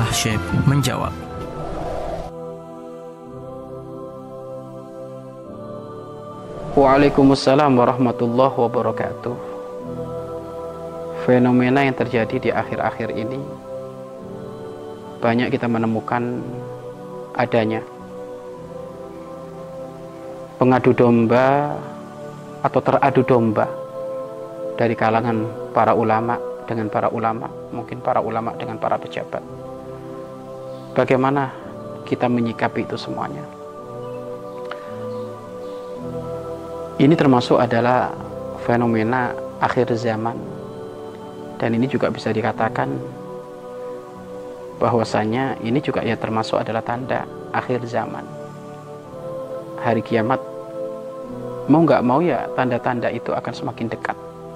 Syekh menjawab. Waalaikumsalam warahmatullahi wabarakatuh. Fenomena yang terjadi di akhir-akhir ini banyak kita menemukan adanya pengadu domba atau teradu domba dari kalangan para ulama dengan para ulama, mungkin para ulama dengan para pejabat. Bagaimana kita menyikapi itu semuanya? Ini termasuk adalah fenomena akhir zaman, dan ini juga bisa dikatakan bahwasanya ini juga ya termasuk adalah tanda akhir zaman, hari kiamat. Mau nggak mau ya tanda-tanda itu akan semakin dekat.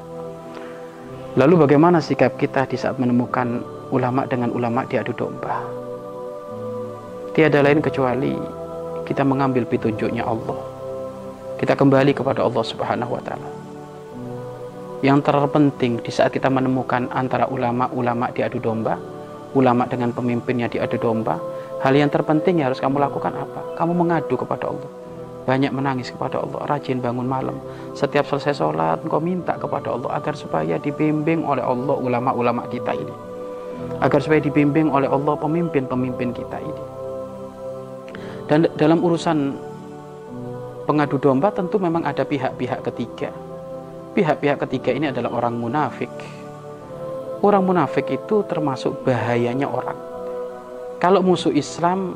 Lalu bagaimana sikap kita di saat menemukan ulama dengan ulama diadu domba? Tiada lain kecuali kita mengambil petunjuknya Allah. Kita kembali kepada Allah Subhanahu wa Ta'ala. Yang terpenting di saat kita menemukan antara ulama-ulama diadu domba, ulama dengan pemimpinnya diadu domba, hal yang terpenting yang harus kamu lakukan apa? Kamu mengadu kepada Allah, banyak menangis kepada Allah, rajin bangun malam, setiap selesai sholat engkau minta kepada Allah agar supaya dibimbing oleh Allah ulama-ulama kita ini, agar supaya dibimbing oleh Allah pemimpin-pemimpin kita ini. Dan dalam urusan pengadu domba tentu memang ada pihak-pihak ketiga. Pihak-pihak ketiga ini adalah orang munafik. Orang munafik itu termasuk bahayanya orang. Kalau musuh Islam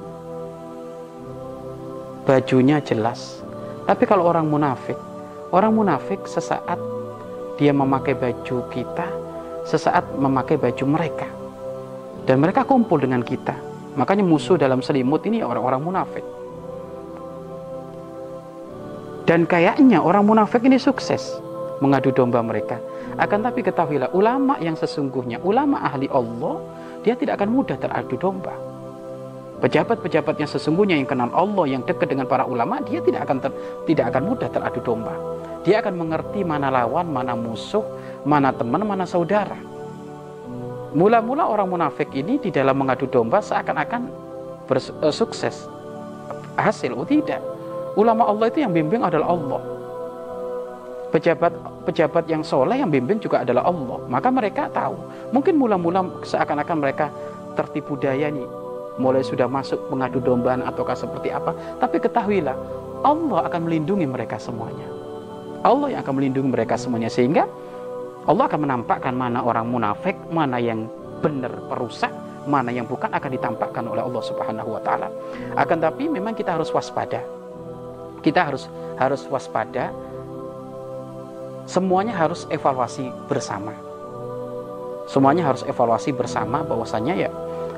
bajunya jelas, tapi kalau orang munafik sesaat dia memakai baju kita, sesaat memakai baju mereka, dan mereka kumpul dengan kita. Makanya musuh dalam selimut ini orang-orang munafik. Dan kayaknya orang munafik ini sukses mengadu domba mereka. Akan tapi ketahuilah, ulama yang sesungguhnya, ulama ahli Allah, dia tidak akan mudah teradu domba. Pejabat-pejabat yang sesungguhnya yang kenal Allah, yang dekat dengan para ulama, dia tidak akan mudah teradu domba. Dia akan mengerti mana lawan, mana musuh, mana teman, mana saudara. Mula-mula orang munafik ini di dalam mengadu domba seakan-akan sukses hasil. Oh tidak. Ulama Allah itu yang bimbing adalah Allah. Pejabat yang soleh yang bimbing juga adalah Allah. Maka mereka tahu. Mungkin mula-mula seakan-akan mereka tertipu daya nih, mulai sudah masuk mengadu dombaan ataukah seperti apa. Tapi ketahuilah, Allah akan melindungi mereka semuanya. Allah yang akan melindungi mereka semuanya. Sehingga Allah akan menampakkan mana orang munafik, mana yang benar perusak, mana yang bukan akan ditampakkan oleh Allah Subhanahu wa Ta'ala. Akan tapi memang kita harus waspada. Kita harus waspada. Semuanya harus evaluasi bersama. Semuanya harus evaluasi bersama bahwasanya ya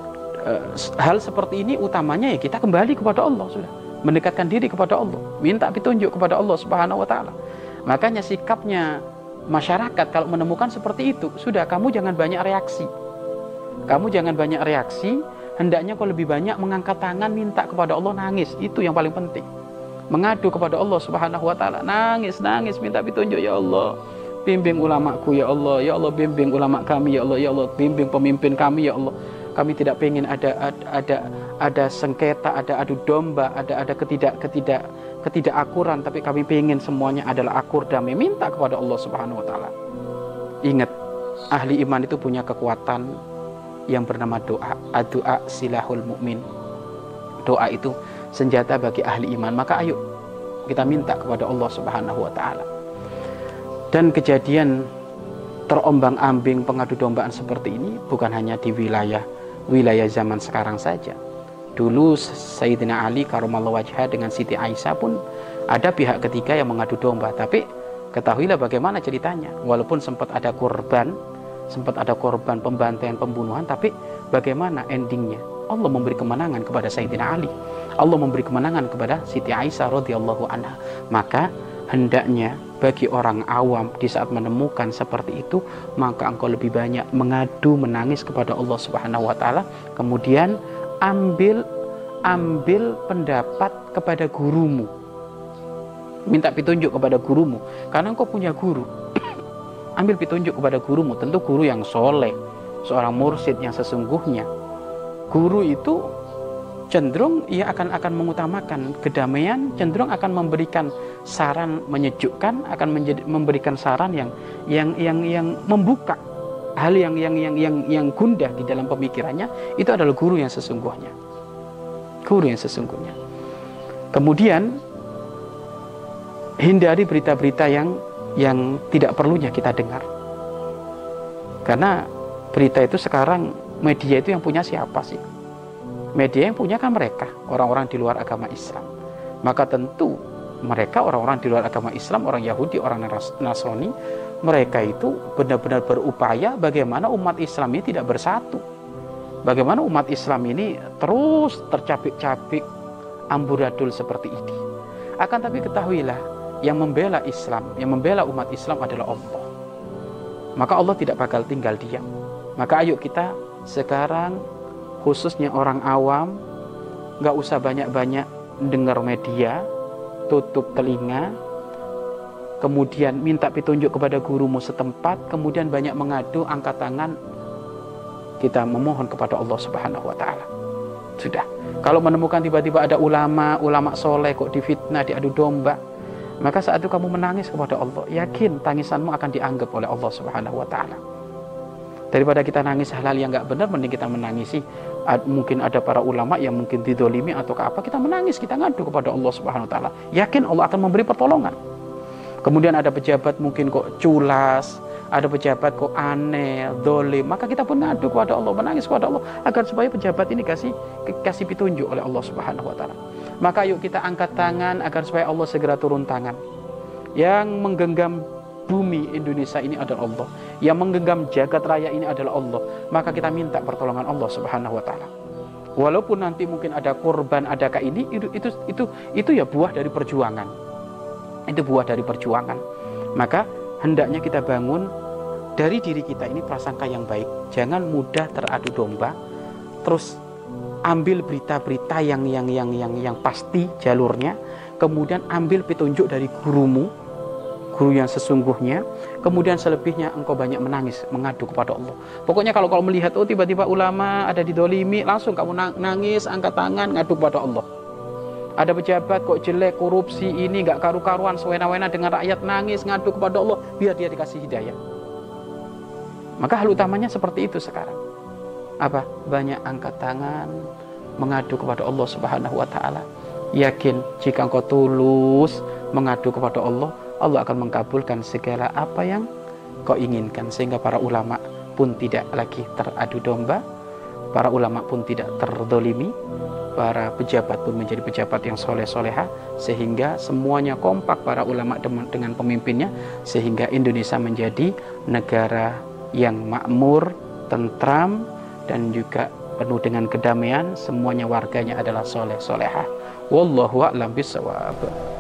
hal seperti ini utamanya ya kita kembali kepada Allah, sudah mendekatkan diri kepada Allah, minta petunjuk kepada Allah Subhanahu wa Ta'ala. Makanya sikapnya masyarakat kalau menemukan seperti itu, sudah kamu jangan banyak reaksi. Kamu jangan banyak reaksi, hendaknya kau lebih banyak mengangkat tangan minta kepada Allah, nangis. Itu yang paling penting. Mengadu kepada Allah Subhanahu wa Ta'ala, nangis minta petunjuk. Ya Allah, bimbing ulamaku ya Allah, ya Allah bimbing ulama kami ya Allah, ya Allah bimbing pemimpin kami ya Allah. Kami tidak pengen ada sengketa, ada adu domba, ada ketidakakuran, tapi kami pengen semuanya adalah akur damai. Minta kepada Allah Subhanahu wa Ta'ala. Ingat, ahli iman itu punya kekuatan yang bernama doa. Doa silahul mu'min. Doa itu senjata bagi ahli iman. Maka ayo kita minta kepada Allah Subhanahu wa Ta'ala. Dan kejadian terombang-ambing pengadu dombaan seperti ini bukan hanya di wilayah zaman sekarang saja. Dulu Sayyidina Ali karramallahu wajhah dengan Siti Aisyah pun ada pihak ketiga yang mengadu domba. Tapi ketahuilah bagaimana ceritanya. Walaupun sempat ada korban pembantaian, pembunuhan, tapi bagaimana endingnya? Allah memberi kemenangan kepada Sayyidina Ali. Allah memberi kemenangan kepada Siti Aisyah radhiyallahu anha. Maka hendaknya bagi orang awam di saat menemukan seperti itu, maka engkau lebih banyak mengadu, menangis kepada Allah Subhanahu wa Ta'ala. Kemudian ambil pendapat kepada gurumu. Minta petunjuk kepada gurumu, karena engkau punya guru. Ambil petunjuk kepada gurumu, tentu guru yang soleh, seorang mursyid yang sesungguhnya. Guru itu cenderung ia akan mengutamakan kedamaian, cenderung akan memberikan saran menyejukkan, akan memberikan saran yang membuka hal yang gundah di dalam pemikirannya. Itu adalah guru yang sesungguhnya. Guru yang sesungguhnya. Kemudian hindari berita-berita yang tidak perlunya kita dengar. Karena berita itu sekarang, media itu yang punya siapa sih? Media yang punya kan mereka, orang-orang di luar agama Islam. Maka tentu mereka, orang-orang di luar agama Islam, orang Yahudi, orang Nasrani, mereka itu benar-benar berupaya bagaimana umat Islam ini tidak bersatu. Bagaimana umat Islam ini terus tercapik-capik, amburadul seperti ini. Akan tapi ketahuilah, yang membela Islam, yang membela umat Islam adalah Allah. Maka Allah tidak bakal tinggal diam. Maka ayo kita sekarang, khususnya orang awam, gak usah banyak-banyak dengar media, tutup telinga, kemudian minta petunjuk kepada gurumu setempat, kemudian banyak mengadu, angkat tangan, kita memohon kepada Allah Subhanahu wa Ta'ala. Sudah. Kalau menemukan tiba-tiba ada ulama soleh kok difitnah, diadu domba, maka saat itu kamu menangis kepada Allah. Yakin tangisanmu akan dianggap oleh Allah Subhanahu wa Ta'ala. Daripada kita nangis hal-hal yang gak benar, mending kita menangisi. Mungkin ada para ulama yang mungkin didolimi atau apa, kita menangis, kita ngadu kepada Allah Subhanahu wa Ta'ala. Yakin Allah akan memberi pertolongan. Kemudian ada pejabat mungkin kok culas, ada pejabat kok aneh, dolim, maka kita pun ngadu kepada Allah, menangis kepada Allah agar supaya pejabat ini kasih petunjuk oleh Allah Subhanahu wa Ta'ala. Maka yuk kita angkat tangan agar supaya Allah segera turun tangan. Yang menggenggam bumi Indonesia ini adalah Allah, yang menggenggam jagat raya ini adalah Allah. Maka kita minta pertolongan Allah Subhanahu wa Ta'ala. Walaupun nanti mungkin ada korban, adakah ini, itu ya buah dari perjuangan. Itu buah dari perjuangan. Maka hendaknya kita bangun dari diri kita ini prasangka yang baik. Jangan mudah teradu domba. Terus ambil berita-berita yang pasti jalurnya. Kemudian ambil petunjuk dari gurumu, guru yang sesungguhnya. Kemudian selebihnya engkau banyak menangis, mengadu kepada Allah. Pokoknya kalau melihat tiba-tiba ulama ada didolimi, langsung kamu nangis, angkat tangan, ngadu kepada Allah. Ada pejabat kok jelek, korupsi ini gak karu-karuan, sewena-wena dengan rakyat, nangis, ngadu kepada Allah, biar dia dikasih hidayah. Maka hal utamanya seperti itu sekarang. Apa? Banyak angkat tangan, mengadu kepada Allah Subhanahu wa Ta'ala. Yakin jika engkau tulus mengadu kepada Allah, Allah akan mengabulkan segala apa yang kau inginkan. Sehingga para ulama pun tidak lagi teradu domba, para ulama pun tidak terdolimi, para pejabat pun menjadi pejabat yang soleh-soleha, sehingga semuanya kompak para ulama dengan pemimpinnya, sehingga Indonesia menjadi negara yang makmur, tentram, dan juga penuh dengan kedamaian. Semuanya warganya adalah soleh-soleha. Wallahu a'lam bishawab.